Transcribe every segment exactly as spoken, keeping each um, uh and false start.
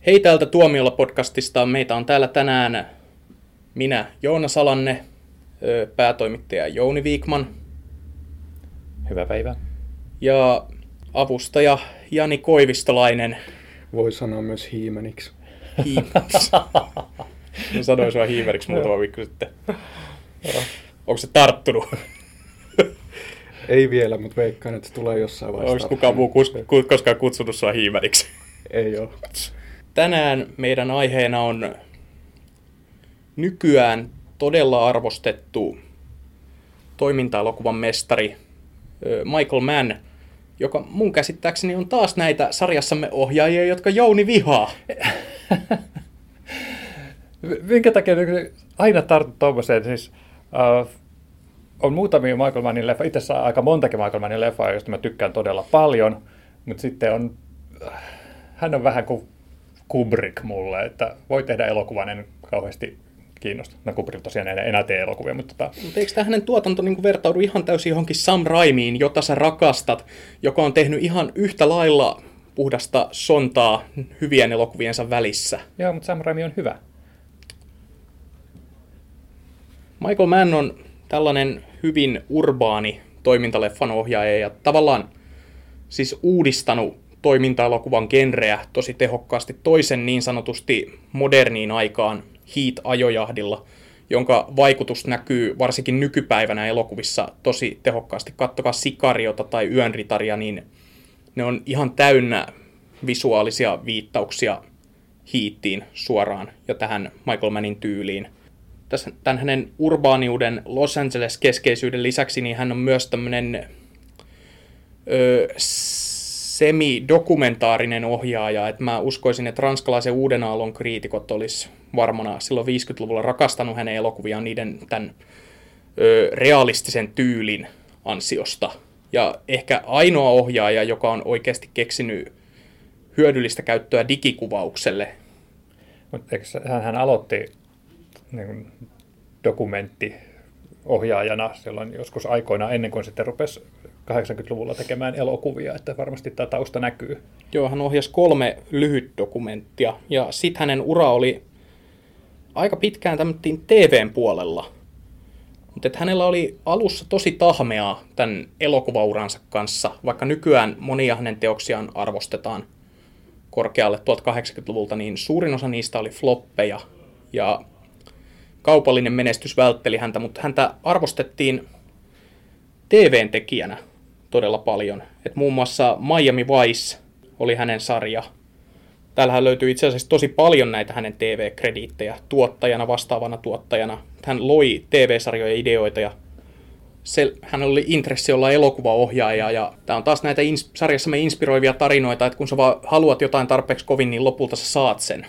Hei täältä Tuomiolla podcastista. Meitä on täällä tänään minä, Joona Salanne, päätoimittaja Jouni Viikman. Hyvää päivää. Ja avustaja Jani Koivistolainen. Voi sanoa myös hiimeniksi. Hiimeniksi. Mä sanoin sua hiimeniksi muutama viikko sitten. Onko se tarttunut? Ei vielä, mutta veikkaan, että se tulee jossain vaiheessa. Onko kukaan muu koskaan kutsunut sua hiimeniksi? Ei ole. Tänään meidän aiheena on nykyään todella arvostettu toiminta-elokuvan mestari Michael Mann, joka mun käsittääkseni on taas näitä sarjassamme ohjaajia, jotka Jouni vihaa. Minkä takia aina tartut tuommoiseen? Siis, uh, on muutamia Michael Mannin leffa, itse asiassa aika montakin Michael Mannin leffaa, joista mä tykkään todella paljon, mutta sitten on, hän on vähän kuin Kubrick mulle, että voi tehdä elokuvan, en kauheasti kiinnosta. No Kubrick tosiaan ei enää tee elokuvia, mutta... Tota... Mutta eikö tämä hänen tuotanto niin kuin vertaudu ihan täysin johonkin Sam Raimiin, jota sä rakastat, joka on tehnyt ihan yhtä lailla puhdasta sontaa hyvien elokuviensa välissä? Joo, mutta Sam Raimi on hyvä. Michael Mann on tällainen hyvin urbaani toimintaleffan ohjaaja ja tavallaan siis uudistanut toiminta-elokuvan genreä tosi tehokkaasti toisen niin sanotusti moderniin aikaan Heat-ajojahdilla, jonka vaikutus näkyy varsinkin nykypäivänä elokuvissa tosi tehokkaasti. Kattokaa Sicariota tai Yönritaria, niin ne on ihan täynnä visuaalisia viittauksia Heatiin suoraan ja tähän Michael Mannin tyyliin. Tässä, tämän hänen urbaaniuden Los Angeles-keskeisyyden lisäksi niin hän on myös tämmöinen ö, semi-dokumentaarinen ohjaaja. Et mä uskoisin, että ranskalaisen uuden aallon kriitikot olisi varmana silloin viisikymmentäluvulla rakastanut hänen elokuviaan niiden tämän ö, realistisen tyylin ansiosta. Ja ehkä ainoa ohjaaja, joka on oikeasti keksinyt hyödyllistä käyttöä digikuvaukselle. Mutta hän aloitti niin dokumenttiohjaajana silloin joskus aikoina ennen kuin sitten rupesi kahdeksankymmentäluvulla tekemään elokuvia, että varmasti tämä tausta näkyy. Joo, hän ohjasi kolme lyhytdokumenttia ja sitten hänen ura oli aika pitkään tämmöinen T V:n puolella. Mutta hänellä oli alussa tosi tahmeaa tämän elokuvauransa kanssa, vaikka nykyään monia hänen teoksiaan arvostetaan korkealle tuolta kahdeksankymmentäluvulta, niin suurin osa niistä oli floppeja ja kaupallinen menestys vältteli häntä, mutta häntä arvostettiin T V:n tekijänä todella paljon. Et muun muassa Miami Vice oli hänen sarja. Täällähän löytyy itse asiassa tosi paljon näitä hänen T V-krediittejä tuottajana, vastaavana tuottajana. Hän loi T V-sarjoja ideoita ja se, hän oli intressi olla elokuvaohjaaja. Ja tämä on taas näitä ins- sarjassamme inspiroivia tarinoita, että kun sä vaan haluat jotain tarpeeksi kovin, niin lopulta sä saat sen.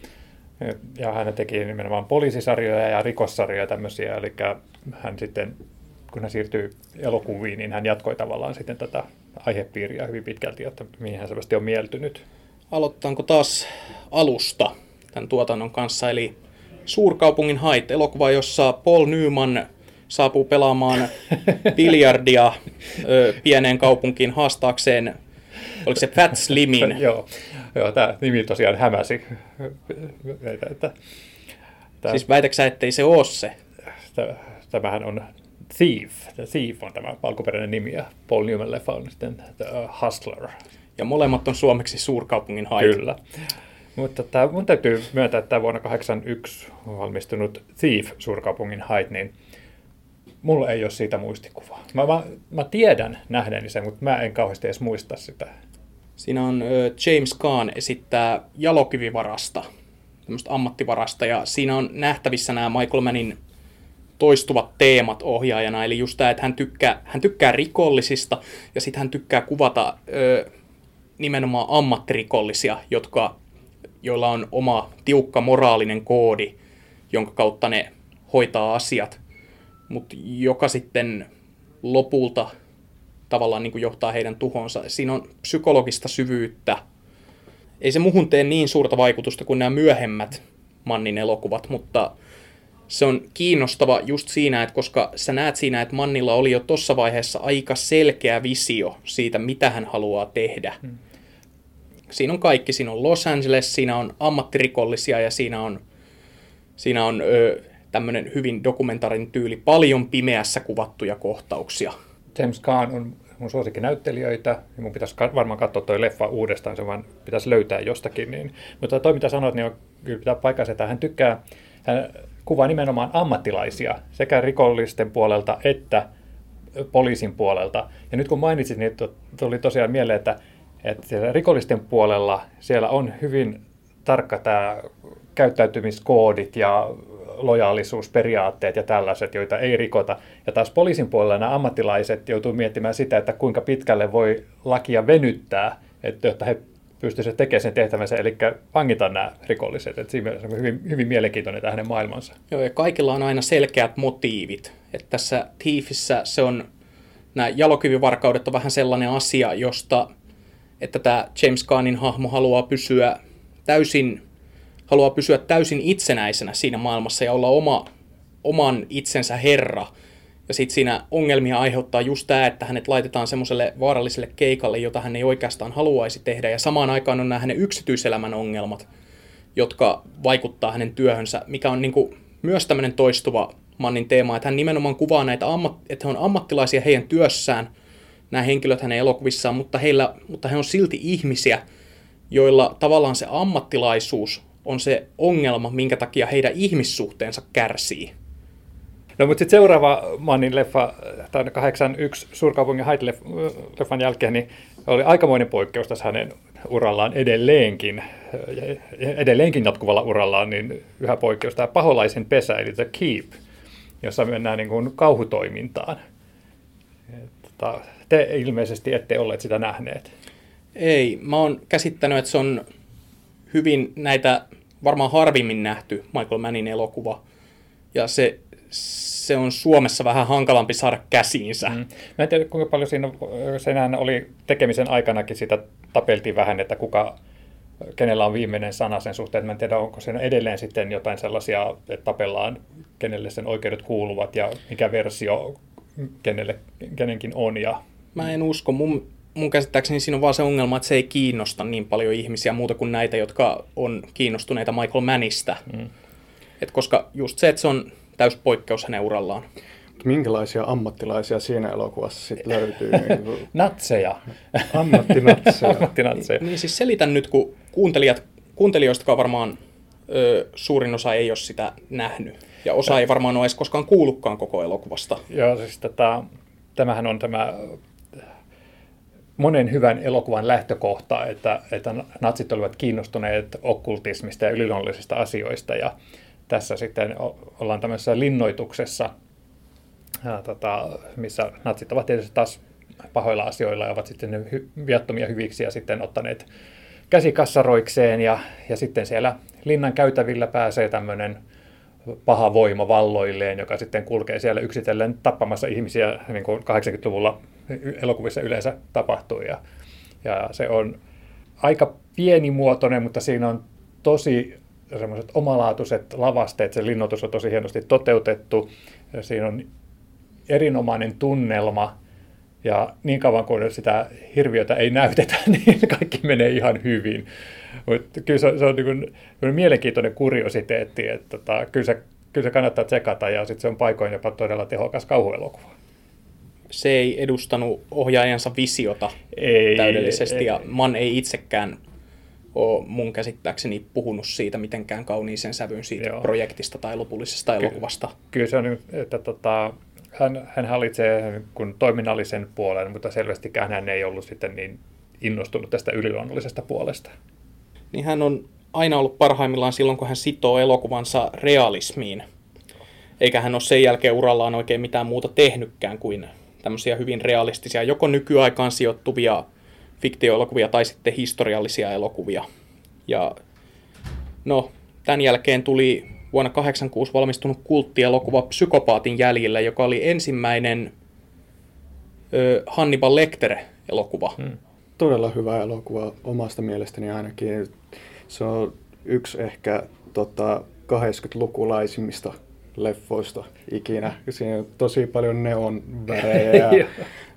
Ja hän teki nimenomaan poliisisarjoja ja rikossarjoja tämmöisiä, eli hän sitten, kun hän siirtyi elokuviin, niin hän jatkoi tavallaan sitten tätä aihepiiriä hyvin pitkälti, että mihin hän selvästi on mieltynyt. Aloitetaanko taas alusta tämän tuotannon kanssa, eli Suurkaupungin hait, elokuva, jossa Paul Newman saapuu pelaamaan biljardia ö, pieneen kaupunkiin haastaakseen, oliko se Fat Slimin? Joo. Joo, tämä nimi tosiaan hämäsi. Että, tämä, siis väitätkö sä, ettei se ole se? Tämähän on Thief. The Thief on tämä alkuperäinen nimi ja Paul Newman leffa on sitten The Hustler. Ja molemmat on suomeksi Suurkaupungin hait. Kyllä. Mutta tämä, mun täytyy myöntää, että tämä vuonna kahdeksankymmentäyksi valmistunut Thief, Suurkaupungin hait, niin mulla ei ole siitä muistikuvaa. Mä, mä, mä tiedän nähneeni sen, mutta mä en kauheasti edes muista sitä. Siinä on James Caan esittää jalokivivarasta, tämmöistä ammattivarasta, ja siinä on nähtävissä nämä Michael Mannin toistuvat teemat ohjaajana, eli just tämä, että hän tykkää, hän tykkää rikollisista, ja sitten hän tykkää kuvata ö, nimenomaan ammattirikollisia, jotka, joilla on oma tiukka moraalinen koodi, jonka kautta ne hoitaa asiat, mutta joka sitten lopulta tavallaan niin kuin johtaa heidän tuhonsa. Siinä on psykologista syvyyttä. Ei se muhun tee niin suurta vaikutusta kuin nämä myöhemmät Mannin elokuvat, mutta se on kiinnostava just siinä, että koska sä näet siinä, että Mannilla oli jo tuossa vaiheessa aika selkeä visio siitä, mitä hän haluaa tehdä. Hmm. siinä on kaikki. Siinä on Los Angeles, siinä on ammattirikollisia ja siinä on, siinä on ö, tämmöinen hyvin dokumentaarinen tyyli, paljon pimeässä kuvattuja kohtauksia. James Caan on mun suosikkinäyttelijöitä, ja mun pitäisi varmaan katsoa toi leffa uudestaan, se vaan pitäisi löytää jostakin. Niin. Mutta toi, mitä sanoit, niin on kyllä pitää paikkansa, että hän tykkää, hän kuvaa nimenomaan ammattilaisia sekä rikollisten puolelta että poliisin puolelta. Ja nyt kun mainitsit, niin tuli tosiaan mieleen, että, että siellä rikollisten puolella siellä on hyvin tarkka tämä käyttäytymiskoodit ja lojaalisuusperiaatteet ja tällaiset, joita ei rikota. Ja taas poliisin puolella nämä ammattilaiset joutuu miettimään sitä, että kuinka pitkälle voi lakia venyttää, että, jotta he pystyisivät tekemään sen tehtävänsä, eli vangita nämä rikolliset. Että siinä mielessä on hyvin, hyvin mielenkiintoinen tämä hänen maailmansa. Joo, ja kaikilla on aina selkeät motiivit. Että tässä Thiefissä se on, nämä jalokivivarkaudet on vähän sellainen asia, josta, että tämä James Caanin hahmo haluaa pysyä täysin haluaa pysyä täysin itsenäisenä siinä maailmassa ja olla oma, oman itsensä herra. Ja sitten siinä ongelmia aiheuttaa just tämä, että hänet laitetaan semmoiselle vaaralliselle keikalle, jota hän ei oikeastaan haluaisi tehdä. Ja samaan aikaan on nämä hänen yksityiselämän ongelmat, jotka vaikuttaa hänen työhönsä, mikä on niinku myös tämmöinen toistuva Mannin teema, että hän nimenomaan kuvaa näitä, ammat, että he on ammattilaisia heidän työssään, nämä henkilöt hänen elokuvissaan, mutta, heillä, mutta he on silti ihmisiä, joilla tavallaan se ammattilaisuus on se ongelma, minkä takia heidän ihmissuhteensa kärsii. No mutta sitten seuraava Mannin leffa, tämä kahdeksankymmentäyksi Suurkaupungin Hyde-leffan jälkeen, niin oli aikamoinen poikkeus tässä hänen urallaan edelleenkin, edelleenkin jatkuvalla urallaan, niin yhä poikkeus tämä Paholaisen pesä, eli The Keep, jossa mennään niin kuin kauhutoimintaan. Te ilmeisesti ette olleet sitä nähneet. Ei, mä oon käsittänyt, että se on hyvin näitä varmaan harvimmin nähty Michael Mannin elokuva, ja se, se on Suomessa vähän hankalampi saada käsiinsä. Mm. Mä en tiedä, kuinka paljon siinä senään oli tekemisen aikanakin, sitä tapeltiin vähän, että kuka, kenellä on viimeinen sana sen suhteen. Mä en tiedä, onko siinä edelleen sitten jotain sellaisia, että tapellaan, kenelle sen oikeudet kuuluvat ja mikä versio kenelle, kenenkin on. Ja... Mä en usko. Mun Mun käsittääkseni siinä on vaan se ongelma, että se ei kiinnosta niin paljon ihmisiä muuta kuin näitä, jotka on kiinnostuneita Michael Mannista. Mm. Et koska just se, että se on täys poikkeus hänen urallaan. Minkälaisia ammattilaisia siinä elokuvassa sitten löytyy? Natseja. Ammattinatseja. Ammattinatseja. Niin, niin siis selitän nyt, kun kuuntelijat, kuuntelijoista varmaan ö, suurin osa ei ole sitä nähnyt. Ja osa ja. ei varmaan ole edes koskaan kuullutkaan koko elokuvasta. Joo, siis tätä, tämähän on tämä... monen hyvän elokuvan lähtökohta, että, että natsit olivat kiinnostuneet okkultismista ja yliluonnollisista asioista, ja tässä sitten ollaan tämmöisessä linnoituksessa, ja, tota, missä natsit ovat tietysti taas pahoilla asioilla ja ovat sitten hy- viattomia hyviksi ja sitten ottaneet käsikassaroikseen, ja, ja sitten siellä linnan käytävillä pääsee tämmöinen paha voima valloilleen, joka sitten kulkee siellä yksitellen tappamassa ihmisiä, niin kuin kahdeksankymmentäluvulla elokuvissa yleensä tapahtui. Ja, ja se on aika pienimuotoinen, mutta siinä on tosi semmoiset omalaatuiset lavasteet, se linnoitus on tosi hienosti toteutettu, ja siinä on erinomainen tunnelma, ja niin kauan kuin sitä hirviötä ei näytetä, niin kaikki menee ihan hyvin. Mutta kyllä se, se on niin kuin mielenkiintoinen kuriositeetti, että tota, kyllä, se, kyllä se kannattaa tsekata, ja sitten se on paikoin jopa todella tehokas kauhuelokuva. Se ei edustanut ohjaajansa visiota ei, täydellisesti, ei, ja Mann ei itsekään ole mun käsittääkseni puhunut siitä mitenkään kauniisen sävyn siitä Joo. projektista tai lopullisesta Ky- elokuvasta. Kyllä se on, että tota, hän, hän hallitsee kun toiminnallisen puolen, mutta selvästikään hän ei ollut sitten niin innostunut tästä yliluonnollisesta puolesta. Niin hän on aina ollut parhaimmillaan silloin, kun hän sitoo elokuvansa realismiin. Eikä hän ole sen jälkeen urallaan oikein mitään muuta tehnytkään kuin tämmöisiä hyvin realistisia, joko nykyaikaan sijoittuvia fiktioelokuvia tai sitten historiallisia elokuvia. Ja no, tämän jälkeen tuli vuonna kahdeksankymmentäkuusi valmistunut kulttielokuva Psykopaatin jäljillä, joka oli ensimmäinen ö, Hannibal Lecter-elokuva. Hmm. Todella hyvä elokuva omasta mielestäni ainakin. Se on yksi ehkä tota, kahdeksankymmentälukulaisimmista leffoista ikinä. Siinä on tosi paljon neonvärejä ja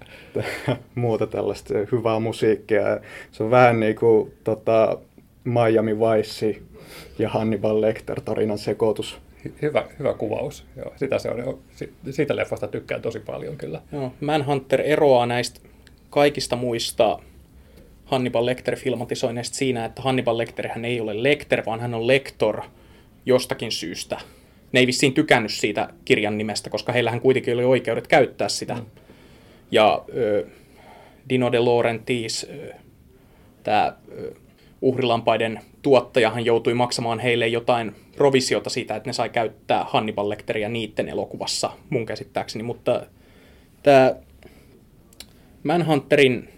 muuta tällaista hyvää musiikkia. Se on vähän niin kuin tota, Miami Vice ja Hannibal Lecter tarinan sekoitus. Hyvä, hyvä kuvaus. Joo, sitä se on, siitä leffasta tykkään tosi paljon kyllä. Joo, Manhunter eroaa näistä kaikista muista Hannibal Lecter-filmatisoinneista siinä, että Hannibal Lecter hän ei ole Lecter, vaan hän on Lector jostakin syystä. Ne ei vissiin tykännyt siitä kirjan nimestä, koska heillähän kuitenkin oli oikeudet käyttää sitä. Mm. Ja äh, Dino De Laurentiis, äh, tämä äh, uhrilampaiden tuottajahan joutui maksamaan heille jotain provisiota siitä, että ne sai käyttää Hannibal Lecteria niiden elokuvassa, mun käsittääkseni. Mutta tämä Manhunterin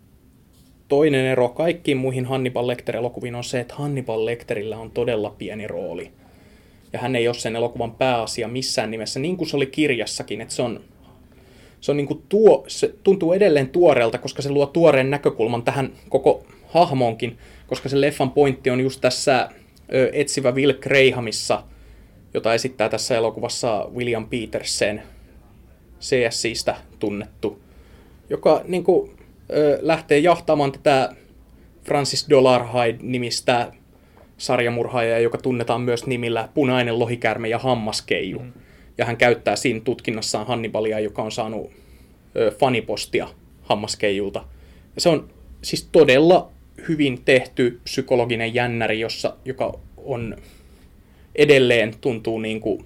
toinen ero kaikkiin muihin Hannibal Lecter-elokuviin on se, että Hannibal Lecterillä on todella pieni rooli. Ja hän ei ole sen elokuvan pääasia missään nimessä, niin kuin se oli kirjassakin, että se on, se on niin kuin tuo, se tuntuu edelleen tuoreelta, koska se luo tuoreen näkökulman tähän koko hahmoonkin, koska se leffan pointti on just tässä ö, etsivä Will Grahamissa, jota esittää tässä elokuvassa William Petersen, C S I:stä tunnettu, joka niin kuin, ö, lähtee jahtaamaan tätä Francis Dolarhyde-nimistä sarjamurhaaja, joka tunnetaan myös nimillä Punainen lohikäärme ja Hammaskeiju. Mm. Ja hän käyttää siinä tutkinnassaan Hannibalia, joka on saanut ö, fanipostia Hammaskeijulta. Ja se on siis todella hyvin tehty psykologinen jännäri, jossa, joka on edelleen tuntuu niin kuin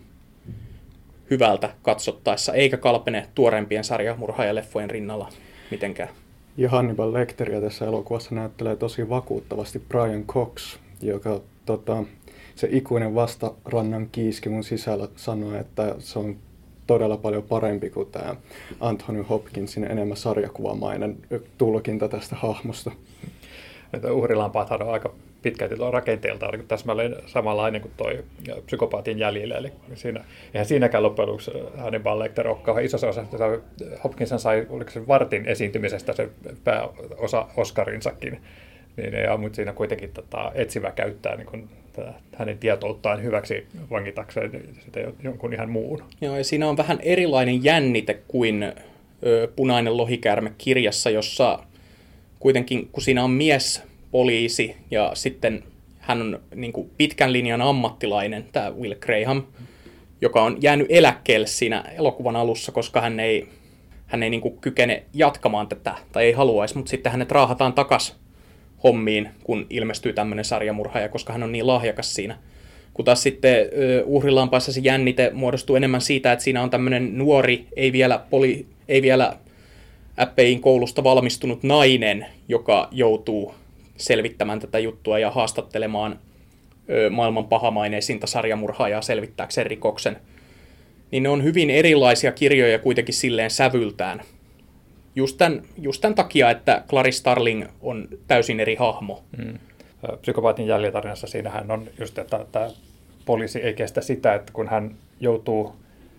hyvältä katsottaessa, eikä kalpene tuoreempien sarjamurhaajaleffojen rinnalla mitenkään. Ja Hannibal Lecteria tässä elokuvassa näyttelee tosi vakuuttavasti Brian Cox, joka tota, se ikuinen vastarannan kiiski mun sisällä sanoi, että se on todella paljon parempi kuin tämä Anthony Hopkinsin enemmän sarjakuvamainen tulkinta tästä hahmosta. Uhrilampaathan on aika pitkälti rakenteelta niin täsmälleen samanlainen kuin toi Psykopaatin jäljillä. Eli siinä, eihän siinäkään loppujen lopuksi Hannibal Lecter ole kauhean isossa osassa. Hopkinson sai, oliko se vartin esiintymisestä se pääosa Oscarinsakin. Niin, ja, mutta siinä kuitenkin tota, etsivä käyttää niin kun, tätä, hänen tietouttaan hyväksi vankitakseen sitä jonkun ihan muun. Joo, ja siinä on vähän erilainen jännite kuin ö, Punainen lohikäärme -kirjassa, jossa kuitenkin, kun siinä on mies poliisi ja sitten hän on niin kuin pitkän linjan ammattilainen, tämä Will Graham, joka on jäänyt eläkkeelle siinä elokuvan alussa, koska hän ei, hän ei niin kuin kykene jatkamaan tätä tai ei haluaisi, mutta sitten hänet raahataan takaisin hommiin, kun ilmestyy tämmöinen sarjamurhaaja, koska hän on niin lahjakas siinä. Kun taas sitten Uhrilampaissa se jännite muodostuu enemmän siitä, että siinä on tämmöinen nuori, ei vielä, poli, ei vielä F B I:n koulusta valmistunut nainen, joka joutuu selvittämään tätä juttua ja haastattelemaan maailman pahamaineisinta sarjamurhaajaa selvittääkseen rikoksen. Niin ne on hyvin erilaisia kirjoja kuitenkin silleen sävyltään. Just tämän, just tämän takia, että Clarice Starling on täysin eri hahmo. Mm. Psykopaatin jäljitarinassa siinähän on just, että, että poliisi ei kestä sitä, että kun hän joutuu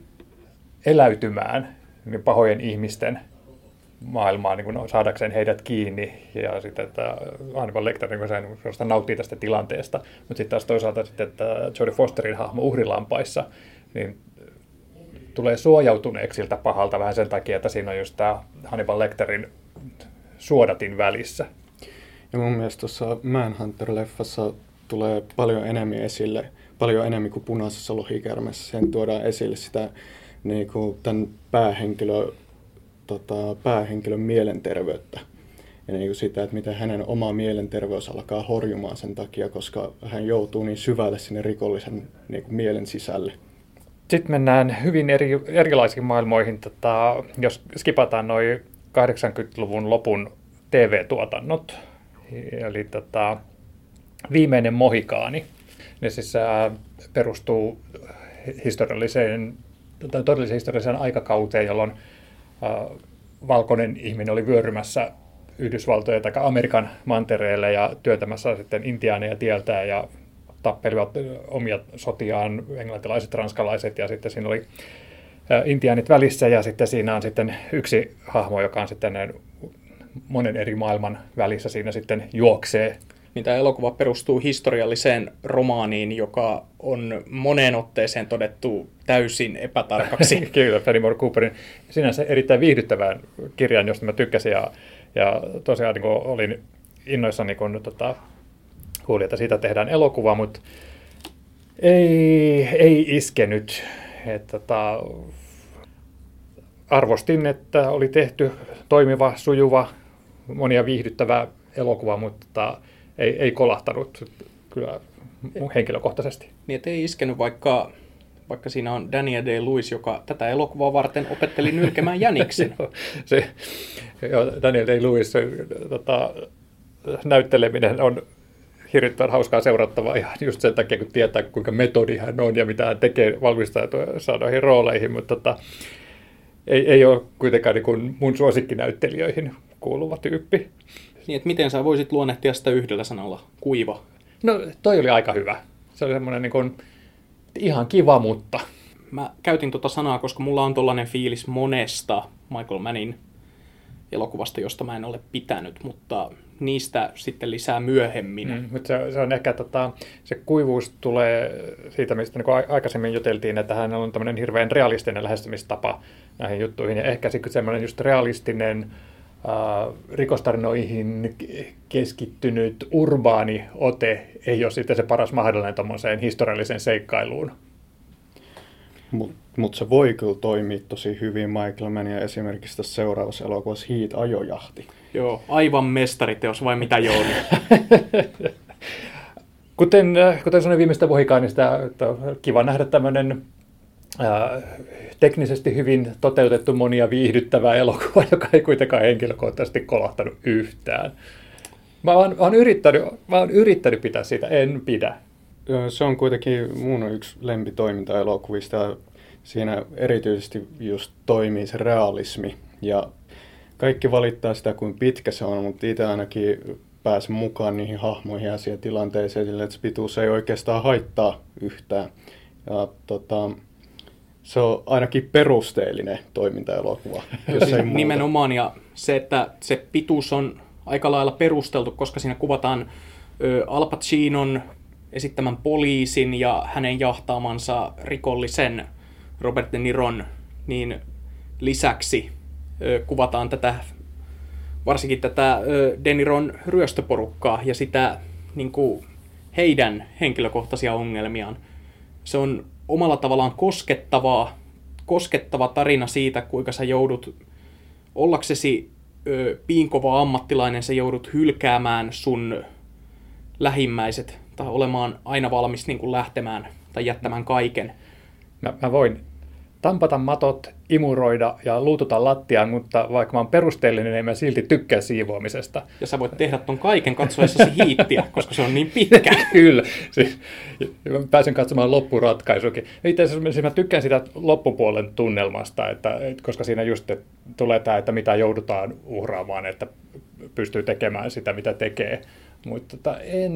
eläytymään niin pahojen ihmisten maailmaan niin kun saadakseen heidät kiinni, ja sitten että Hannibal Lecter niin sen nauttii tästä tilanteesta. Mutta sitten taas toisaalta sitten, että Jodie Fosterin hahmo Uhrilampaissa niin tulee suojautuneeksi siltä pahalta vähän sen takia, että siinä on just tämä Hannibal Lecterin suodatin välissä. Ja mun mielestä tuossa Manhunter-leffassa tulee paljon enemmän esille, paljon enemmän kuin Punaisessa lohikäärmeessä. Sen tuodaan esille sitä niin kuin tämän päähenkilö, tota, päähenkilön mielenterveyttä. Ja niin kuin sitä, että miten hänen oma mielenterveys alkaa horjumaan sen takia, koska hän joutuu niin syvälle sinne rikollisen niin kuin mielen sisälle. Sitten mennään hyvin eri, erilaisiin maailmoihin. Tota, jos skipataan noin kahdeksankymmentäluvun lopun T V-tuotannot, eli tota, Viimeinen mohikaani, ne siis ää, perustuu historialliseen, tai todelliseen historialliseen aikakauteen, jolloin ää, valkoinen ihminen oli vyörymässä Yhdysvaltoja tai Amerikan mantereelle ja työtämässä sitten intiaaneja tieltään ja tappelivat omia sotiaan, englantilaiset, ranskalaiset, ja sitten siinä oli intiaanit välissä, ja sitten siinä on sitten yksi hahmo, joka on sitten monen eri maailman välissä, siinä sitten juoksee Niin tämä elokuva perustuu historialliseen romaaniin, joka on moneen otteeseen todettu täysin epätarkaksi. Kyllä, Fenimore Cooperin sinänsä erittäin viihdyttävän kirjan, josta mä tykkäsin. Ja, ja tosiaan niin olin innoissani, kun tota, kuulin, että siitä tehdään elokuva, mutta ei, ei iskenyt. Et, tota, arvostin, että oli tehty toimiva, sujuva, monia viihdyttävä elokuva, mutta tota, ei, ei kolahtanut kyllä henkilökohtaisesti. Niin, et ei iskenyt, vaikka, vaikka siinä on Daniel Day-Lewis, joka tätä elokuvaa varten opetteli nylkemään jäniksen. se, jo, Daniel Day-Lewis tota, näytteleminen on hirvittävän hauskaa seurattavaa ihan just sen takia, kun tietää, kuinka metodi hän on ja mitä hän tekee valmistautua noihin rooleihin, mutta tota, ei, ei ole kuitenkaan niin kuin mun suosikkinäyttelijöihin kuuluva tyyppi. Niin, että miten sä voisit luonnehtia sitä yhdellä sanalla? Kuiva. No, toi oli aika hyvä. Se oli semmoinen niin kuin ihan kiva, mutta... Mä käytin tota sanaa, koska mulla on tollainen fiilis monesta Michael Mannin elokuvasta, josta mä en ole pitänyt, mutta niistä sitten lisää myöhemmin. Mm, mutta se, se on ehkä, tota, se kuivuus tulee siitä, mistä niin kuin aikaisemmin juteltiin, että hän on tämmöinen hirveän realistinen lähestymistapa näihin juttuihin, ja ehkä sitten semmoinen just realistinen, äh, rikostarinoihin keskittynyt urbaani ote ei ole sitten se paras mahdollinen tommoseen historialliseen seikkailuun. Mutta mut se voi kyllä toimia tosi hyvin Michael Mannia esimerkiksi tässä seuraavassa elokuvassa Heat ajojahti. Joo, aivan mestariteos vai mitä Jouni? Kuten, kuten sanoin viimeistä Mohikaanista, että on kiva nähdä tämmöinen ää, teknisesti hyvin toteutettu monia viihdyttävää elokuva, joka ei kuitenkaan henkilökohtaisesti kolahtanut yhtään. Mä oon, oon yrittänyt, mä oon yrittänyt pitää siitä, en pidä. Se on kuitenkin mun yksi lempitoiminta-elokuvista. Siinä erityisesti just toimii se realismi. Ja kaikki valittaa sitä, kuin pitkä se on, mutta itse ainakin pääsen mukaan niihin hahmoihin ja siihen tilanteeseen, sillä että se pituus ei oikeastaan haittaa yhtään. Ja tota, se on ainakin perusteellinen toimintaelokuva. Jos ei nimenomaan, ja se, että se pituus on aika lailla perusteltu, koska siinä kuvataan ö, Al Pacinon esittämän poliisin ja hänen jahtaamansa rikollisen Robert De Niron, niin lisäksi ö, kuvataan tätä, varsinkin tätä ö, De Niron ryöstöporukkaa ja sitä niin kuin heidän henkilökohtaisia ongelmiaan. Se on omalla tavallaan koskettavaa, koskettava tarina siitä, kuinka sä joudut ollaksesi ö, piinkova ammattilainen, sä joudut hylkäämään sun lähimmäiset tai olemaan aina valmis niin kuin lähtemään tai jättämään kaiken. Mä, mä voin tampata matot, imuroida ja luututa lattiaan, mutta vaikka mä oon perusteellinen, niin mä silti tykkään siivoamisesta. Ja sä voit tehdä ton kaiken katsoessasi Heatia, koska se on niin pitkä. Kyllä. Siis, mä pääsen katsomaan loppuratkaisukin. Itse asiassa mä tykkään sitä loppupuolen tunnelmasta, että, koska siinä just että tulee tämä, että mitä joudutaan uhraamaan, että pystyy tekemään sitä, mitä tekee. Mutta tota, en,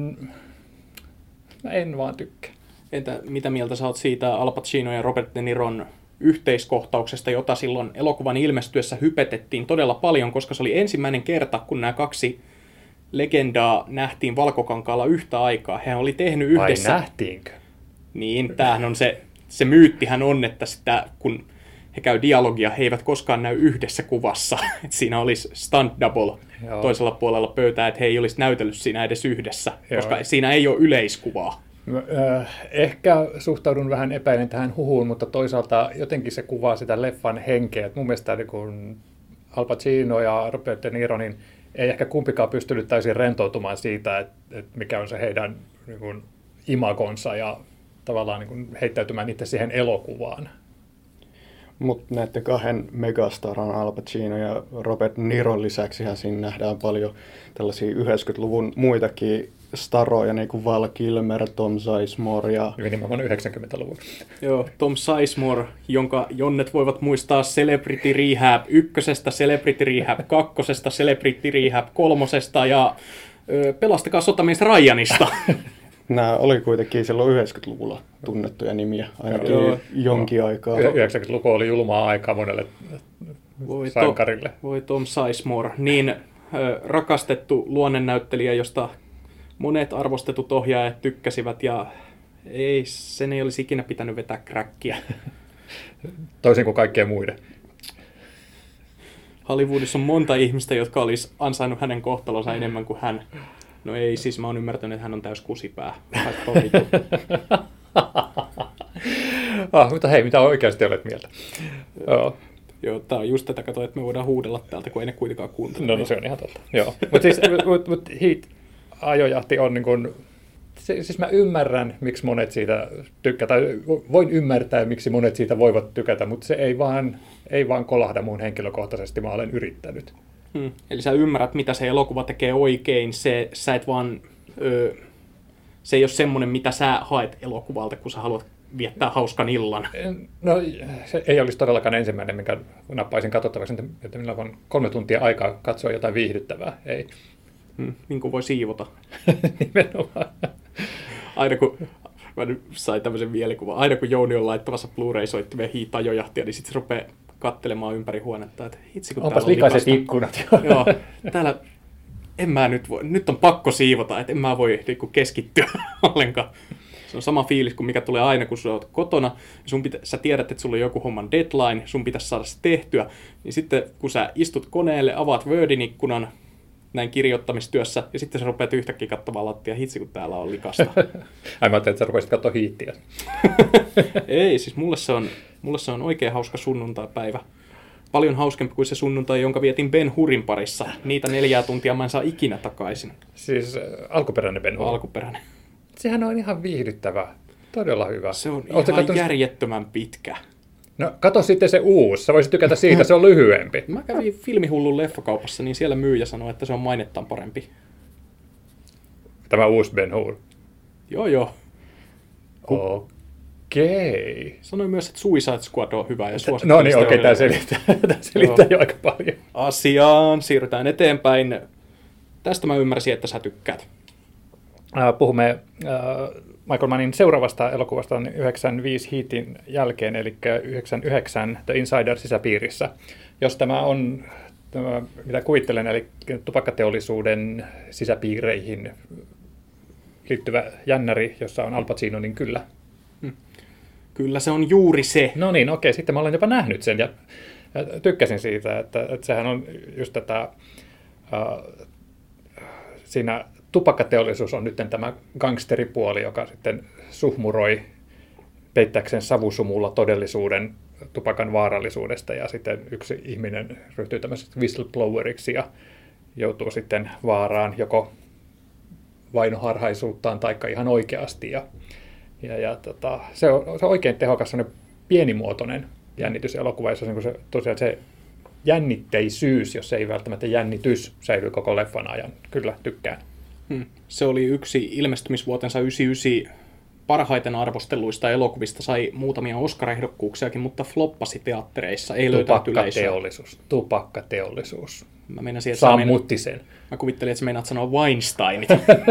mä en vaan tykkää. Entä mitä mieltä sä oot siitä Al Pacino ja Robert De Niron yhteiskohtauksesta, jota silloin elokuvan ilmestyessä hypetettiin todella paljon, koska se oli ensimmäinen kerta, kun nämä kaksi legendaa nähtiin Valkokankaalla yhtä aikaa. He oli tehnyt yhdessä... Vai nähtiinkö? Niin, tämähän on se, se myyttihän on, että sitä, kun he käy dialogia, he eivät koskaan näy yhdessä kuvassa. Et siinä olisi stunt double Joo. toisella puolella pöytää, että he ei olisi näytellyt siinä edes yhdessä, Joo. koska siinä ei ole yleiskuvaa. Ehkä suhtaudun vähän epäilen tähän huhuun, mutta toisaalta jotenkin se kuvaa sitä leffan henkeä. Mun mielestä niin kun Al Pacino ja Robert De Niro, niin ei ehkä kumpikaan pystynyt täysin rentoutumaan siitä, että, että mikä on se heidän niin kun, imagonsa ja tavallaan niin kun, heittäytymään itse siihen elokuvaan. Mutta näiden kahden megastaran Al Pacino ja Robert De Niron lisäksihän siinä nähdään paljon tällaisia yhdeksänkymmentäluvun muitakin staroja, niin kuin Val Kilmer, Tom Sizemore ja... Nimenomaan yhdeksänkymmentäluvun. Joo, Tom Sizemore, jonka jonnet voivat muistaa Celebrity Rehab ykkösestä, Celebrity Rehab kakkosesta, Celebrity Rehab kolmosesta ja ö, Pelastakaa sotamies Ryanista. Nämä oli kuitenkin silloin yhdeksänkymmentäluvulla tunnettuja nimiä, ainakin Joo. jonkin no. aikaa. yhdeksänkymmentäluku oli julmaa aikaa monelle voi sankarille. To, voi Tom Sizemore, niin ö, rakastettu luonnennäyttelijä, josta monet arvostetut ohjaajat tykkäsivät ja ei, sen ei olisi ikinä pitänyt vetää kräkkiä. Toisin kuin kaikkien muiden. Hollywoodissa on monta ihmistä, jotka olisi ansainnut hänen kohtalonsa enemmän kuin hän. No ei, siis mä oon ymmärtänyt, että hän on täys kusipää. ah, mutta hei, mitä oikeasti olet mieltä? Joo. Joo, tää on just tätä, kato, että me voidaan huudella täältä, kun ei ne kuitenkaan kuuntele. No, no se on ihan totta. Joo. Mutta siis mut, mut Heat-ajojahti on niin kuin, se, siis mä ymmärrän, miksi monet siitä tykkää, tai voin ymmärtää, miksi monet siitä voivat tykätä, mutta se ei vaan, ei vaan kolahda mun henkilökohtaisesti, mä olen yrittänyt. Hmm. Eli sä ymmärrät, mitä se elokuva tekee oikein, se, sä et vaan, ö, se ei ole semmoinen, mitä sä haet elokuvalta, kun sä haluat viettää hauskan illan. No se ei olisi todellakaan ensimmäinen, minkä nappaisin katsottavaksi, että minulla on kolme tuntia aikaa katsoa jotain viihdyttävää. Ei. Hmm. Niin kuin voi siivota. Nimenomaan. Aina kun, mä nyt sain tämmöisen mielikuvan, aina kun Jouni on laittamassa Blu-ray-soittimeen Heat-ajojahtia, niin sitten se rupeaa kattelemaan ympäri huonetta, että hitsi kun onpas täällä on likaiset ikkunat. Joo, täällä en mä nyt voi, nyt on pakko siivota, että en mä voi niin keskittyä ollenkaan. Se on sama fiilis kuin mikä tulee aina, kun sä oot kotona, ja sun pitä, sä tiedät, että sulla on joku homman deadline, sun pitäisi saada se tehtyä, niin sitten kun sä istut koneelle, avaat Wordin ikkunan näin kirjoittamistyössä, ja sitten sä rupeat yhtäkkiä katsomaan lattia, hitsi kun täällä on likasta. Ai mä ajattelin, että sä rupesit katsoa Heatia. Ei, siis mulle se, on, mulle se on oikein hauska sunnuntaipäivä. Paljon hauskempi kuin se sunnuntai, jonka vietin Ben Hurin parissa. Niitä neljää tuntia mä en saa ikinä takaisin. Siis äh, alkuperäinen Ben Hur. Alkuperäinen. Sehän on ihan viihdyttävä. Todella hyvä. Se on Oletko ihan katsonut... järjettömän pitkä. No kato sitten se uusi. Sä voisit tykätä siitä, se on lyhyempi. Mä kävin Filmihullun leffakaupassa, niin siellä myyjä sanoi, että se on mainettaan parempi. Tämä uusi Ben Hur. Joo joo. Okei. Sanoin myös, että Suicide Squad on hyvä ja suosittu. No niin, okei, okay, tämä selittää, tämä selittää jo aika paljon. Asiaan, siirrytään eteenpäin. Tästä mä ymmärsin, että sä tykkäät. Puhumme Michael Mannin seuraavasta elokuvasta yhdeksänkymmentäviisi Heatin jälkeen, eli yhdeksänkymmentäyhdeksän The Insider sisäpiirissä. Jos tämä on, tämä, mitä kuvittelen, eli tupakkateollisuuden sisäpiireihin liittyvä jännäri, jossa on Al Pacino, niin kyllä. Kyllä se on juuri se. No niin, okei, sitten mä olen jopa nähnyt sen ja, ja tykkäsin siitä, että, että sehän on just tätä, uh, siinä tupakkateollisuus on nyt tämä gangsteripuoli, joka sitten suhmuroi peittääkseen savusumulla todellisuuden tupakan vaarallisuudesta ja sitten yksi ihminen ryhtyy tämmöiseksi whistlebloweriksi ja joutuu sitten vaaraan joko vainoharhaisuuttaan tai ihan oikeasti ja Ja, ja tota, se, on, se on oikein tehokas pienimuotoinen jännityselokuva, jossa on se, tosiaan se jännitteisyys, jos ei välttämättä jännitys, säilyy koko leffan ajan. Kyllä, tykkään. Hmm. Se oli yksi ilmestymisvuotensa yhdeksänkymmentäyhdeksän parhaiten arvostelluista elokuvista, sai muutamia Oscar-ehdokkuuksiakin, mutta floppasi teattereissa, ei löytänyt yleisöä. Tupakkateollisuus. Tupakkateollisuus. Mä meinasin, että Sammutti sen. Mä kuvittelin, että sä meinaat sanoa Weinsteinit.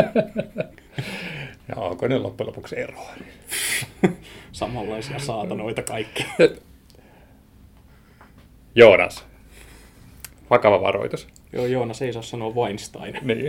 No, onko ne loppujen lopuksi eroa? Samanlaisia saatanoita kaikki. Joonas. Vakava varoitus. Joo, Joonas ei saa sanoa Weinstein. Niin.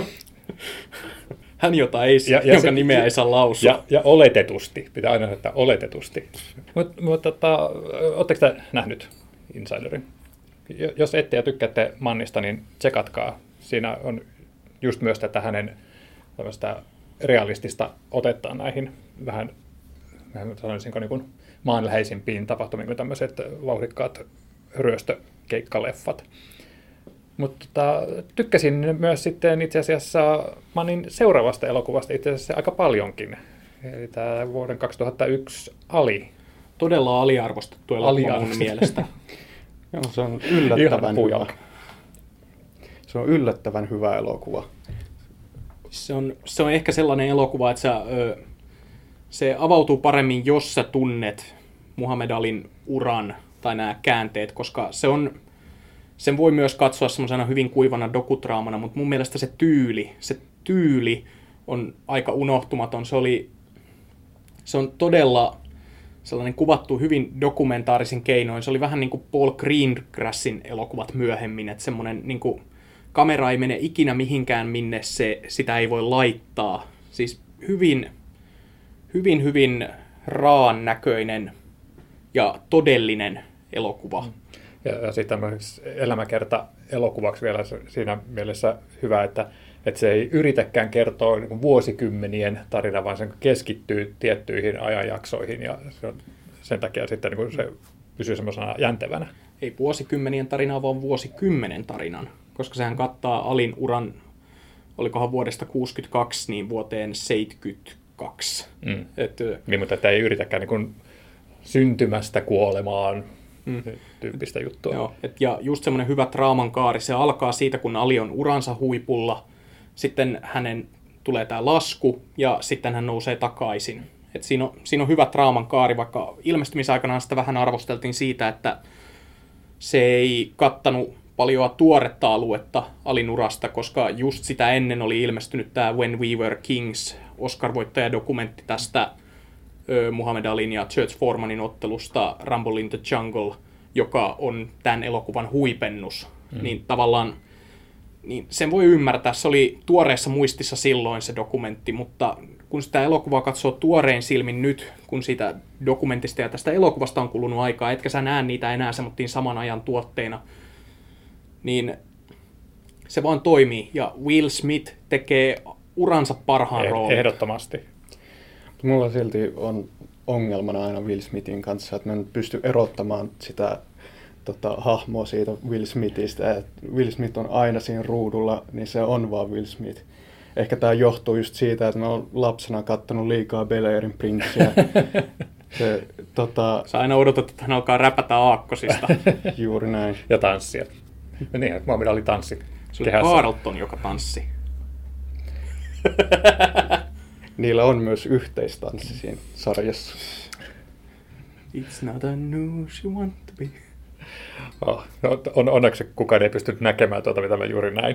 Hän, jota ei, ja, ja jonka se, nimeä ei saa lausua. Ja, ja oletetusti. Pitää aina sanoa, oletetusti. Mutta mut, tota, ootteko te nähnyt Insiderin? Jos ette ja tykkäätte Mannista, niin tsekatkaa. Siinä on just myös tätä hänen realistista otetta näihin vähän, vähän sanoisinko niin kuin maanläheisimpiin tapahtumiin kuin tämmöiset vauhdikkaat ryöstökeikkaleffat. Mutta tota, tykkäsin myös sitten itse asiassa Mannin seuraavasta elokuvasta itse asiassa aika paljonkin. Eli tämä vuoden kaksituhattayksi Ali. Todella aliarvostettu elokuva mun mielestä. Joo, se on yllättävän hyvä. Se on yllättävän hyvä elokuva. Se on, se on ehkä sellainen elokuva, että sä, ö, se avautuu paremmin, jos sä tunnet Muhammad Alin uran tai nämä käänteet, koska se on, sen voi myös katsoa semmoisena hyvin kuivana dokutraamana, mutta mun mielestä se tyyli, se tyyli on aika unohtumaton. Se, oli, se on todella sellainen kuvattu hyvin dokumentaarisin keinoin. Se oli vähän niin kuin Paul Greengrassin elokuvat myöhemmin, että semmoinen niin kuin kamera ei mene ikinä mihinkään, minne se, sitä ei voi laittaa. Siis hyvin, hyvin, hyvin raan näköinen ja todellinen elokuva. Ja, ja sitten elämäkerta elokuvaksi vielä siinä mielessä hyvä, että, että se ei yritäkään kertoa niin kuin vuosikymmenien tarina, vaan se keskittyy tiettyihin ajanjaksoihin ja se on, sen takia sitten niin kuin se pysyy semmoisena jäntevänä. Ei vuosikymmenien tarinaa, vaan vuosikymmenen tarinan, koska sehän kattaa Alin uran, olikohan vuodesta kuusikymmentäkaksi, niin vuoteen seitsemänkymmentäkaksi. Mm. Et, niin, mutta että ei yritäkään niin kuin syntymästä kuolemaan mm. tyyppistä juttua. Joo, et, ja just semmoinen hyvä draaman kaari, se alkaa siitä, kun Ali on uransa huipulla, sitten hänen tulee tämä lasku, ja sitten hän nousee takaisin. Et siinä, on, siinä on hyvä draaman kaari, vaikka ilmestymisaikanaan sitä vähän arvosteltiin siitä, että se ei kattanut paljon tuoretta aluetta Alin urasta, koska just sitä ennen oli ilmestynyt tämä When We Were Kings, Oscar-voittajadokumentti tästä ö, Muhammad Alin ja George Foremanin ottelusta Rumble in the Jungle, joka on tämän elokuvan huipennus. Mm. Niin tavallaan niin sen voi ymmärtää, se oli tuoreessa muistissa silloin se dokumentti, mutta kun sitä elokuvaa katsoo tuoreen silmin nyt, kun siitä dokumentista ja tästä elokuvasta on kulunut aikaa, etkä sä näe niitä enää semmoittiin saman ajan tuotteina, niin se vaan toimii. Ja Will Smith tekee uransa parhaan roolin. Ehdottomasti. Mulla silti on ongelmana aina Will Smithin kanssa, että mä en pysty erottamaan sitä tota, hahmoa siitä Will Smithistä. Et Will Smith on aina siinä ruudulla, niin se on vaan Will Smith. Ehkä tämä johtuu just siitä, että mä oon lapsena kattonut liikaa Bel Airin Princeä. Se, tota... Sä aina odotat, että hän alkaa räpätä aakkosista. Juuri näin. Ja tanssia. Ja niin, että Muhammad Ali tanssi. Se oli Carlton, joka tanssi. Niillä on myös yhteistanssi siinä sarjassa. It's not a news you want to be. Oh, no, on, onneksi kukaan ei pystynyt näkemään tuota, mitä mä juuri näin.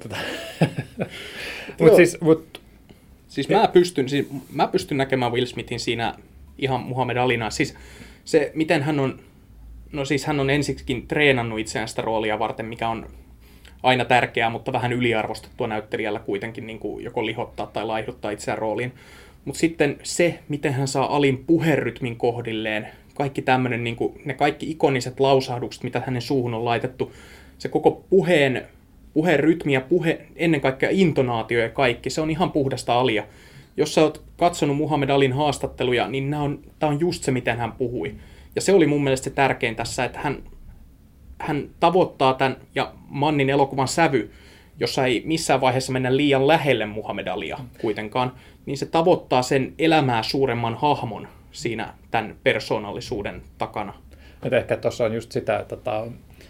Mut siis, mut... siis, mä pystyn, siis mä pystyn näkemään Will Smithin siinä ihan Muhammad Alina. Siis se, miten hän on, no siis hän on ensiksikin treenannut itseään sitä roolia varten, mikä on aina tärkeää, mutta vähän yliarvostettua näyttelijällä kuitenkin niin kuin joko lihottaa tai laihduttaa itseään rooliin. Mutta sitten se, miten hän saa Alin puherytmin kohdilleen, kaikki tämmöinen, niin kuin, ne kaikki ikoniset lausahdukset, mitä hänen suuhun on laitettu, se koko puheen, puheen rytmi ja puhe, ennen kaikkea intonaatio ja kaikki, se on ihan puhdasta Alia. Jos sä oot katsonut Muhammad Alin haastatteluja, niin tämä on, on just se, miten hän puhui. Ja se oli mun mielestä se tärkein tässä, että hän, hän tavoittaa tämän, ja Mannin elokuvan sävy, jossa ei missään vaiheessa mennä liian lähelle Muhammad Alia kuitenkaan, niin se tavoittaa sen elämää suuremman hahmon siinä tämän persoonallisuuden takana. Et ehkä tuossa on just sitä, että tota,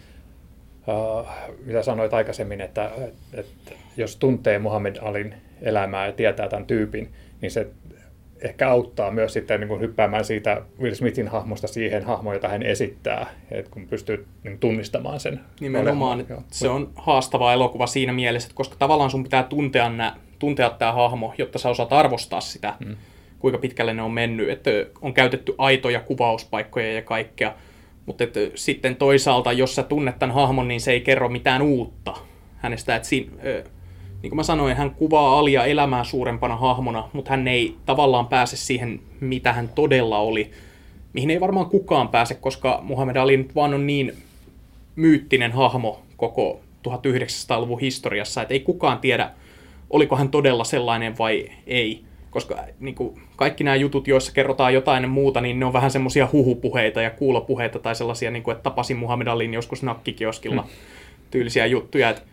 uh, mitä sanoit aikaisemmin, että, että jos tuntee Muhammad Alin elämää ja tietää tämän tyypin, niin se ehkä auttaa myös sitten niin kuin hyppäämään siitä Will Smithin hahmosta siihen hahmoon, jota hän esittää, että kun pystyy niin tunnistamaan sen. Nimenomaan, että se on haastava elokuva siinä mielessä, että koska tavallaan sun pitää tuntea, nää, tuntea tämä hahmo, jotta sä osaat arvostaa sitä, hmm. kuinka pitkälle ne on mennyt, että on käytetty aitoja kuvauspaikkoja ja kaikkea, mutta että sitten toisaalta, jos sä tunnet tämän hahmon, niin se ei kerro mitään uutta hänestä, että siinä, niin kuin mä sanoin, hän kuvaa Alia elämää suurempana hahmona, mutta hän ei tavallaan pääse siihen, mitä hän todella oli, mihin ei varmaan kukaan pääse, koska Muhammad Ali nyt vaan on niin myyttinen hahmo koko tuhatyhdeksänsataaluvun historiassa, että ei kukaan tiedä, oliko hän todella sellainen vai ei. Koska niin kuin kaikki nämä jutut, joissa kerrotaan jotain muuta, niin ne on vähän semmoisia huhupuheita ja kuulopuheita tai sellaisia, niin kuin, että tapasin Muhammad Alin joskus nakkikioskilla hmm. tyylisiä juttuja. Että,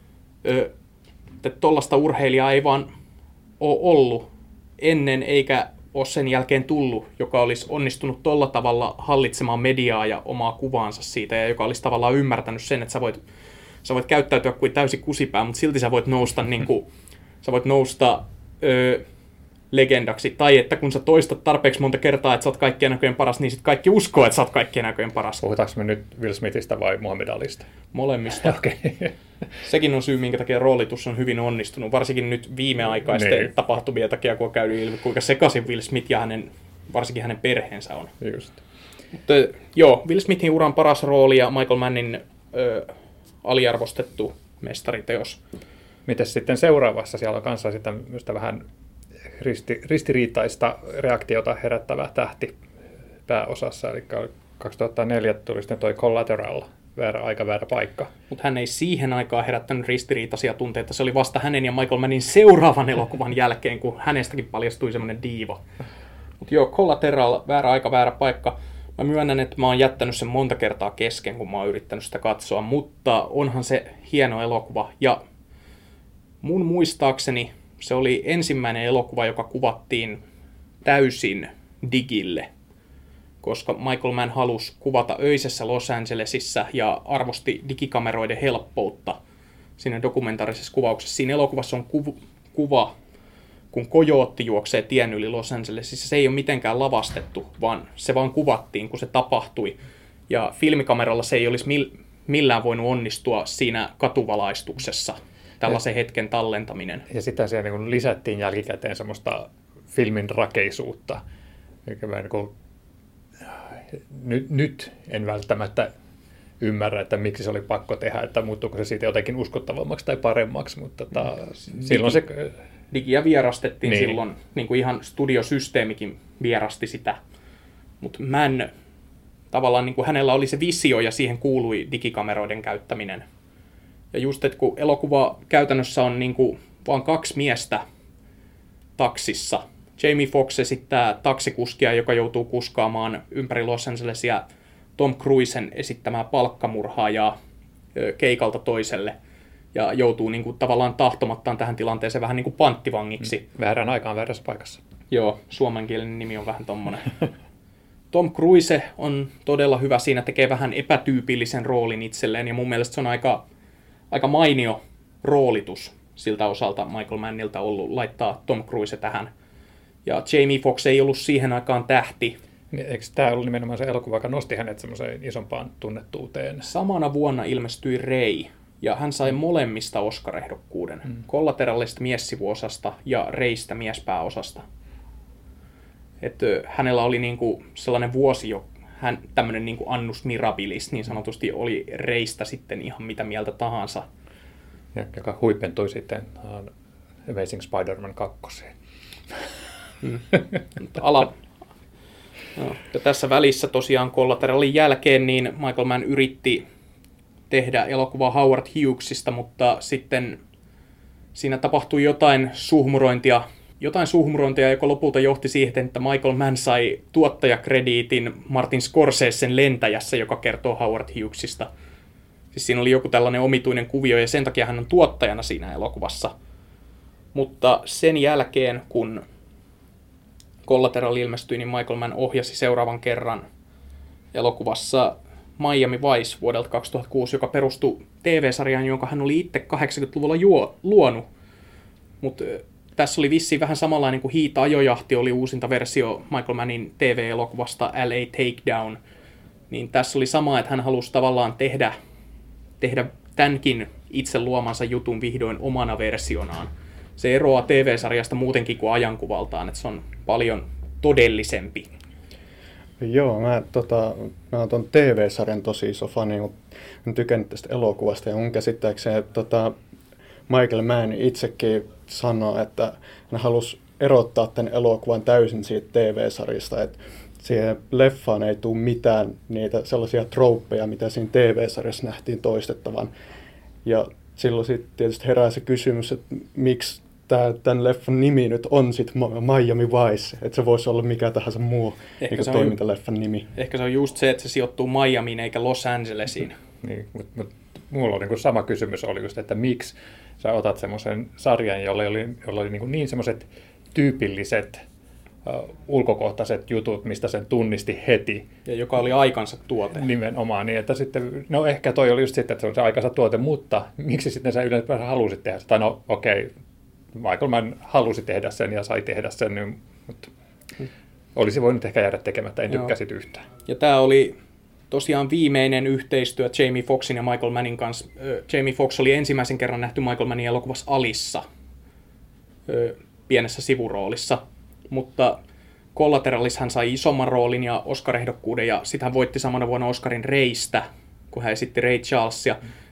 että tollaista urheilijaa ei vaan ole ollut ennen eikä ole sen jälkeen tullut, joka olisi onnistunut tolla tavalla hallitsemaan mediaa ja omaa kuvaansa siitä ja joka olisi tavallaan ymmärtänyt sen, että sä voit, sä voit käyttäytyä kuin täysi kusipää, mutta silti sä voit nousta, niin kuin, sä voit nousta öö, legendaksi. Tai että kun sä toistat tarpeeksi monta kertaa, että sä oot kaikkien näköjen paras, niin sit kaikki uskoo, että sä oot kaikkien näköjen paras. Puhutaanko me nyt Will Smithistä vai Muhammad Alista? Molemmista. Okay. Sekin on syy, minkä takia roolitus on hyvin onnistunut, varsinkin nyt viimeaikaisten niin. tapahtumien takia, kun on käynyt ilmi, kuinka sekaisin Will Smith ja hänen, varsinkin hänen perheensä on. Just. Mutta joo, Will Smithin uran paras rooli ja Michael Mannin ö, aliarvostettu mestariteos. Mites sitten seuraavassa? Siellä on kanssa sitä, sitä vähän risti, ristiriitaista reaktiota herättävä tähti pääosassa, eli kaksituhattaneljä tuli sitten toi Collateral, väärä aika, väärä paikka. Mutta hän ei siihen aikaan herättänyt ristiriitaisia tunteita. Se oli vasta hänen ja Michael Mannin seuraavan elokuvan jälkeen, kun hänestäkin paljastui semmoinen diiva. Mutta joo, Collateral, väärä aika, väärä paikka. Mä myönnän, että mä oon jättänyt sen monta kertaa kesken, kun mä oon yrittänyt sitä katsoa, mutta onhan se hieno elokuva. Ja mun muistaakseni se oli ensimmäinen elokuva, joka kuvattiin täysin digille, koska Michael Mann halusi kuvata öisessä Los Angelesissa ja arvosti digikameroiden helppoutta siinä dokumentaarisessa kuvauksessa. Siinä elokuvassa on kuv- kuva, kun kojootti juoksee tien yli Los Angelesissa. Se ei ole mitenkään lavastettu, vaan se vaan kuvattiin, kun se tapahtui. Ja filmikameralla se ei olisi mil- millään voinut onnistua siinä katuvalaistuksessa, tällaisen hetken tallentaminen. Ja sitä siellä niin lisättiin jälkikäteen semmoista filmin rakeisuutta. Niin kuin, nyt, nyt en välttämättä ymmärrä, että miksi se oli pakko tehdä, että muuttuuko se siitä jotenkin uskottavammaksi tai paremmaksi, mutta tota, Digi, silloin se... Digiä vierastettiin niin. silloin, niin kuin ihan studiosysteemikin vierasti sitä, mutta Mann, tavallaan niin kuin hänellä oli se visio ja siihen kuului digikameroiden käyttäminen. Ja just, että kun elokuva käytännössä on niin kuin vaan kaksi miestä taksissa. Jamie Foxx esittää taksikuskia, joka joutuu kuskaamaan ympäri Los Angelesia Tom Cruisen esittämää palkkamurhaajaa keikalta toiselle. Ja joutuu niin kuin tavallaan tahtomattaan tähän tilanteeseen vähän niin kuin panttivangiksi. Väärään aikaan väärässä paikassa. Joo, suomenkielinen nimi on vähän tommonen. Tom Cruise on todella hyvä siinä, tekee vähän epätyypillisen roolin itselleen. Ja mun mielestä se on aika... Aika mainio roolitus siltä osalta Michael Mannilta ollut laittaa Tom Cruise tähän. Ja Jamie Foxx ei ollut siihen aikaan tähti. Eikö tämä ollut nimenomaan se elokuva, joka nosti hänet semmoiseen isompaan tunnettuuteen? Samana vuonna ilmestyi Ray, ja hän sai molemmista Oscar-ehdokkuuden. Mm. Collateralista miessivuosasta ja Raystä miespääosasta. Että hänellä oli niinku sellainen vuosi jo, hän tämmöinen niin kuin annus mirabilis, niin sanotusti oli Raystä sitten ihan mitä mieltä tahansa. Ja, joka huipentui sitten uh, Amazing Spider-Man kakkoseen. Mm. Ala... No, ja tässä välissä tosiaan Collateralin jälkeen niin Michael Mann yritti tehdä elokuvaa Howard Hughesista, mutta sitten siinä tapahtui jotain suhmurointia, jotain suhmurointia, joka lopulta johti siihen, että Michael Mann sai tuottajakrediitin Martin Scorsesen Lentäjässä, joka kertoo Howard Hughesista. Siis siinä oli joku tällainen omituinen kuvio, ja sen takia hän on tuottajana siinä elokuvassa. Mutta sen jälkeen, kun Collateral ilmestyi, niin Michael Mann ohjasi seuraavan kerran elokuvassa Miami Vice vuodelta kaksituhattakuusi, joka perustui T V-sarjaan, jonka hän oli itse kahdeksankymmentäluvulla juo, luonut. Mutta tässä oli vissiin vähän samanlainen kuin Heat ajojahti oli uusinta versio Michael Mannin T V-elokuvasta L A Takedown. Niin tässä oli sama, että hän halusi tavallaan tehdä, tehdä tämänkin itse luomansa jutun vihdoin omana versionaan. Se eroaa T V-sarjasta muutenkin kuin ajankuvaltaan, että se on paljon todellisempi. Joo, mä, tota, mä oon ton T V-sarjan tosi iso fani, mutta mä tykännyt tästä elokuvasta ja mun käsittääkseni tota, Michael Mann itsekin sanoi, että hän halusi erottaa tämän elokuvan täysin siitä T V-sarjasta, että siihen leffaan ei tule mitään niitä sellaisia trouppeja, mitä siinä T V-sarjassa nähtiin toistettavan. Ja silloin sitten tietysti herää se kysymys, että miksi Tää, tämän leffan nimi nyt on sitten Miami Vice, että se voisi olla mikä tahansa muu niin toimintaleffan ju- nimi. Ehkä se on just se, että se sijoittuu Miamiin eikä Los Angelesiin. Niin, mutta mut, mulla on niin sama kysymys oli just, että miksi sä otat semmoisen sarjan, jolla oli, jolla oli niin, niin semmoiset tyypilliset uh, ulkokohtaiset jutut, mistä sen tunnisti heti. Ja joka oli aikansa tuote. Nimenomaan niin, että sitten, no ehkä toi oli just sitten, että se on se aikansa tuote, mutta miksi sitten sä yleensä halusit tehdä sitä? Tai no okei, okay, Michael Mann halusi tehdä sen ja sai tehdä sen, niin, mutta olisi voinut ehkä jäädä tekemättä, en tykkää sit yhtään. Ja tämä oli tosiaan viimeinen yhteistyö Jamie Foxxin ja Michael Mannin kanssa. Jamie Foxx oli ensimmäisen kerran nähty Michael Mannin elokuvassa Alissa, pienessä sivuroolissa, mutta Collateralissa hän sai isomman roolin ja Oscar-ehdokkuuden, ja sitten hän voitti samana vuonna Oscarin Raystä, kun hän esitti Ray Charlesia.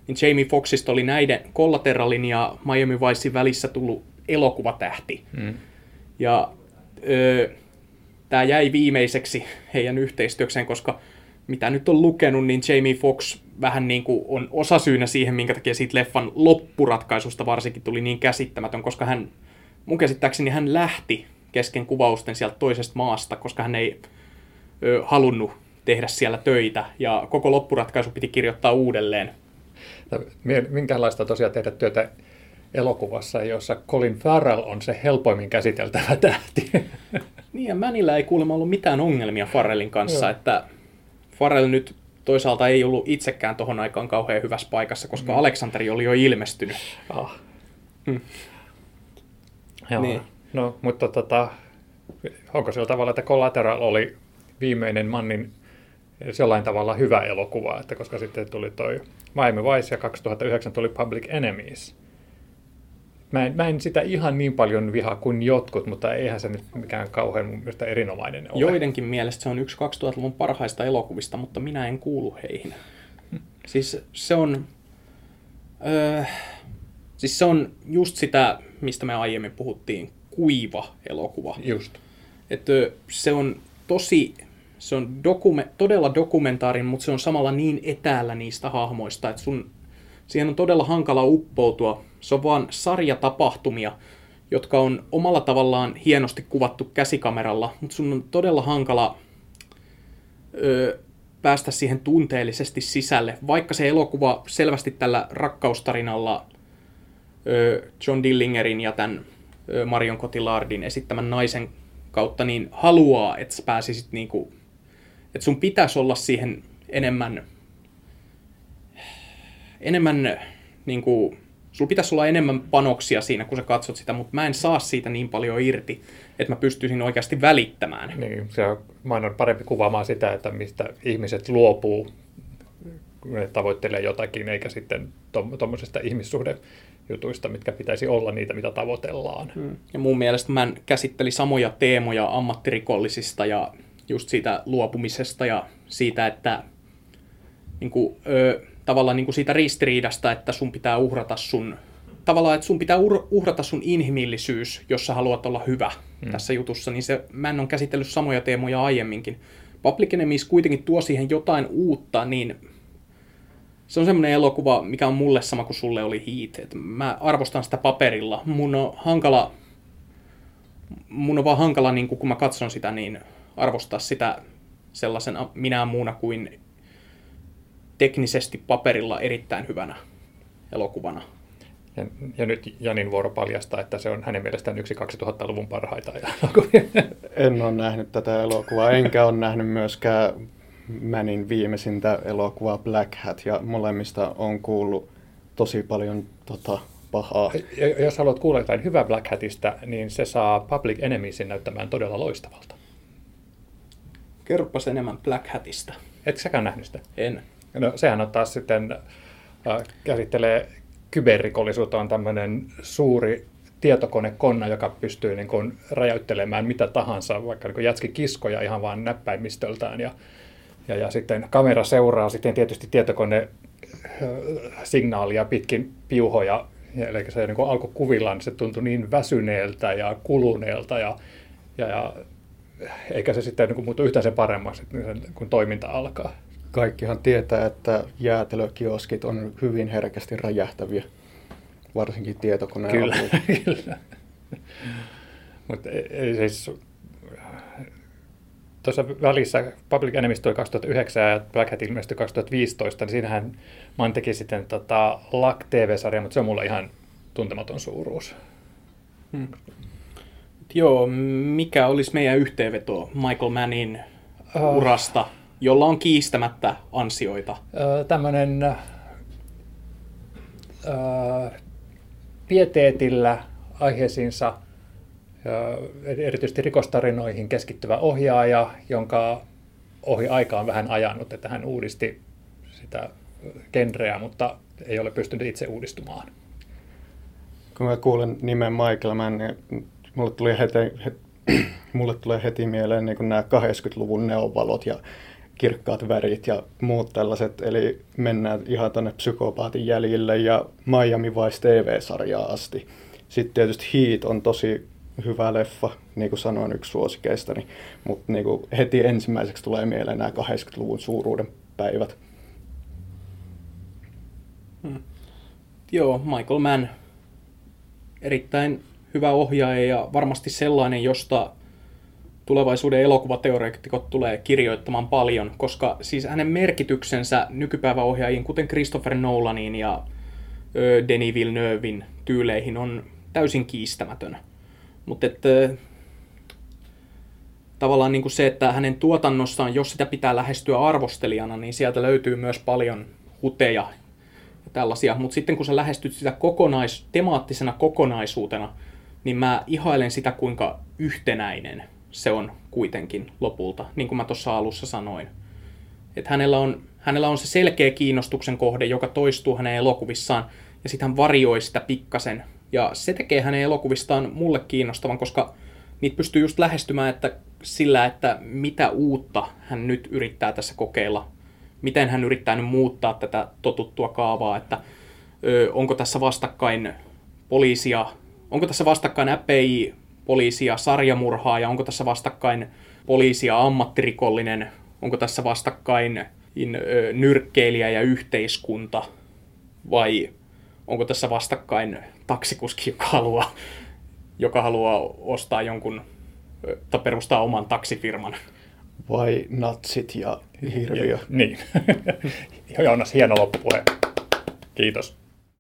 niin Jamie Foxxista oli näiden Collateralin ja Miami Vicein välissä tullut elokuvatähti. Mm. Ja öö, tämä jäi viimeiseksi heidän yhteistyökseen, koska mitä nyt on lukenut, niin Jamie Foxx vähän niin kuin on osasyynä siihen, minkä takia siitä leffan loppuratkaisusta varsinkin tuli niin käsittämätön, koska hän, mun käsittääkseni hän lähti kesken kuvausten sieltä toisesta maasta, koska hän ei ö, halunnut tehdä siellä töitä, ja koko loppuratkaisu piti kirjoittaa uudelleen. Minkälaista tosiaan tehdä työtä elokuvassa, jossa Colin Farrell on se helpoimmin käsiteltävä tähti? Niin, ja Mannillä ei kuulemma ollut mitään ongelmia Farrellin kanssa, Joo. että Farrell nyt toisaalta ei ollut itsekään tohon aikaan kauhean hyvässä paikassa, koska mm. Aleksanteri oli jo ilmestynyt. Ah. Hmm. Joo. Niin. No, mutta tota, onko sillä tavalla, että Collateral oli viimeinen Mannin jollain tavalla hyvä elokuva, että koska sitten tuli toi Miami Vice ja kaksituhattayhdeksän tuli Public Enemies. Mä en, mä en sitä ihan niin paljon vihaa kuin jotkut, mutta eihän se nyt mikään kauhean mun mielestä erinomainen ole. Joidenkin mielestä se on yksi kaksituhattaluvun parhaista elokuvista, mutta minä en kuulu heihin. Hmm. Siis se on, öö, siis se on just sitä, mistä me aiemmin puhuttiin, kuiva elokuva. Just. Että se on tosi, se on dokume, todella dokumentaarin, mutta se on samalla niin etäällä niistä hahmoista, että sun, siihen on todella hankala uppoutua. Se on vaan sarjatapahtumia, jotka on omalla tavallaan hienosti kuvattu käsikameralla, mutta sun on todella hankala ö, päästä siihen tunteellisesti sisälle, vaikka se elokuva selvästi tällä rakkaustarinalla ö, John Dillingerin ja tämän ö, Marion Cotillardin esittämän naisen kautta niin haluaa, että sä pääsisit niinku, että sun pitäisi olla siihen enemmän enemmän niinku, sulla pitäisi olla enemmän panoksia siinä, kun sä katsot sitä, mutta mä en saa siitä niin paljon irti, että mä pystyisin oikeasti välittämään. Niin, se on, mä on parempi kuvaamaan sitä, että mistä ihmiset luopuu, kun ne tavoittelee jotakin, eikä sitten tuommoisesta ihmissuhdejutuista, mitkä pitäisi olla niitä, mitä tavoitellaan. Hmm. Ja mun mielestä mä käsittelin samoja teemoja ammattirikollisista ja just siitä luopumisesta ja siitä, että niin kuin, ö, tavallaan niin kuin siitä ristiriidasta, että sun pitää uhrata sun, tavallaan, että sun pitää uhrata sun inhimillisyys, jos sä haluat olla hyvä hmm. tässä jutussa, niin se, mä en ole käsitellyt samoja teemoja aiemminkin. Public Enemies kuitenkin tuo siihen jotain uutta, niin se on semmoinen elokuva, mikä on mulle sama kuin sulle oli Heat. Et mä arvostan sitä paperilla. Mun on hankala, mun on vaan hankala, niin kun mä katson sitä, niin arvostaa sitä sellaisena minään muuna kuin teknisesti paperilla erittäin hyvänä elokuvana. Ja, ja nyt Janin vuoro paljastaa, että se on hänen mielestään yksi kaksituhattaluvun parhaita elokuvia. En ole nähnyt tätä elokuvaa, enkä ole nähnyt myöskään Mannin viimeisintä elokuvaa Black Hat, ja molemmista on kuullut tosi paljon tota, pahaa. Ja, jos haluat kuulla jotain hyvää Black Hatista, niin se saa Public Enemiesin näyttämään todella loistavalta. Kerropas enemmän Black Hatista. Etkö säkään nähnyt sitä? En. No, sehän on taas sitten, äh, käsittelee kyberrikollisuutta, on tämmöinen suuri tietokonekonna, joka pystyy niin kuin räjäyttelemään mitä tahansa, vaikka niin jätskikiskoja ihan vaan näppäimistöltään. Ja, ja, ja sitten kamera seuraa sitten tietysti tietokone signaalia pitkin piuhoja. Ja, eli se niin kuin alkoi kuvillaan, niin se tuntui niin väsyneeltä ja kuluneelta. Ja, ja, ja, eikä se sitten niin kuin muutu yhtään sen paremmaksi, kun toiminta alkaa. Kaikkihan tietää, että jäätelökioskit on hyvin herkästi räjähtäviä, varsinkin tietokoneen Kyllä, kyllä. Mutta siis tuossa välissä Public Enemies tuli kaksituhattayhdeksän ja Black Hat ilmestyi kaksituhattaviisitoista, niin siinähän Man teki sitten tota Luck T V-sarja, mutta se on mulla ihan tuntematon suuruus. Hmm. Joo, mikä olisi meidän yhteenveto Michael Mannin uh. urasta, jolla on kiistämättä ansioita? Öö, tämmöinen öö, pieteetillä aiheisiinsa, öö, erityisesti rikostarinoihin keskittyvä ohjaaja, jonka ohi aika on vähän ajanut, että hän uudisti sitä genreä, mutta ei ole pystynyt itse uudistumaan. Kun mä kuulen nimen Michael Mann, niin mulle tuli heti, heti, mulle tulee heti mieleen niin nämä kahdeksankymmentäluvun neonvalot ja kirkkaat värit ja muut tällaiset, eli mennään ihan tuonne psykopaatin jäljille ja Miami Vice T V-sarjaa asti. Sitten tietysti Heat on tosi hyvä leffa, niin kuin sanoin, yksi suosikeistani, mutta niin kuin heti ensimmäiseksi tulee mieleen nämä kahdeksankymmentäluvun suuruuden päivät. Hmm. Joo, Michael Mann, erittäin hyvä ohjaaja ja varmasti sellainen, josta tulevaisuuden elokuvateoreetikot tulee kirjoittamaan paljon, koska siis hänen merkityksensä nykypäivän ohjaajiin, kuten Christopher Nolanin ja ö, Denis Villeneuvein tyyleihin, on täysin kiistämätön. Mutta tavallaan niin kuin se, että hänen tuotannossaan, jos sitä pitää lähestyä arvostelijana, niin sieltä löytyy myös paljon huteja ja tällaisia. Mutta sitten kun sä lähestyt sitä kokonais, temaattisena kokonaisuutena, niin mä ihailen sitä, kuinka yhtenäinen se on kuitenkin lopulta, niin kuin mä tuossa alussa sanoin. Että hänellä on, hänellä on se selkeä kiinnostuksen kohde, joka toistuu hänen elokuvissaan, ja sitten hän varioi sitä pikkasen. Ja se tekee hänen elokuvistaan mulle kiinnostavan, koska niitä pystyy just lähestymään että sillä, että mitä uutta hän nyt yrittää tässä kokeilla. Miten hän yrittää nyt muuttaa tätä totuttua kaavaa, että ö, onko tässä vastakkain poliisia, onko tässä vastakkain F B I, poliisia, sarjamurhaa, ja onko tässä vastakkain poliisia, ammattirikollinen, onko tässä vastakkain in, ö, nyrkkeilijä ja yhteiskunta, vai onko tässä vastakkain taksikuski, joka haluaa, joka haluaa ostaa jonkun tai perustaa oman taksifirman. Vai natsit ja hirviö. Niin. Joonas, hieno loppupuhe. Kiitos.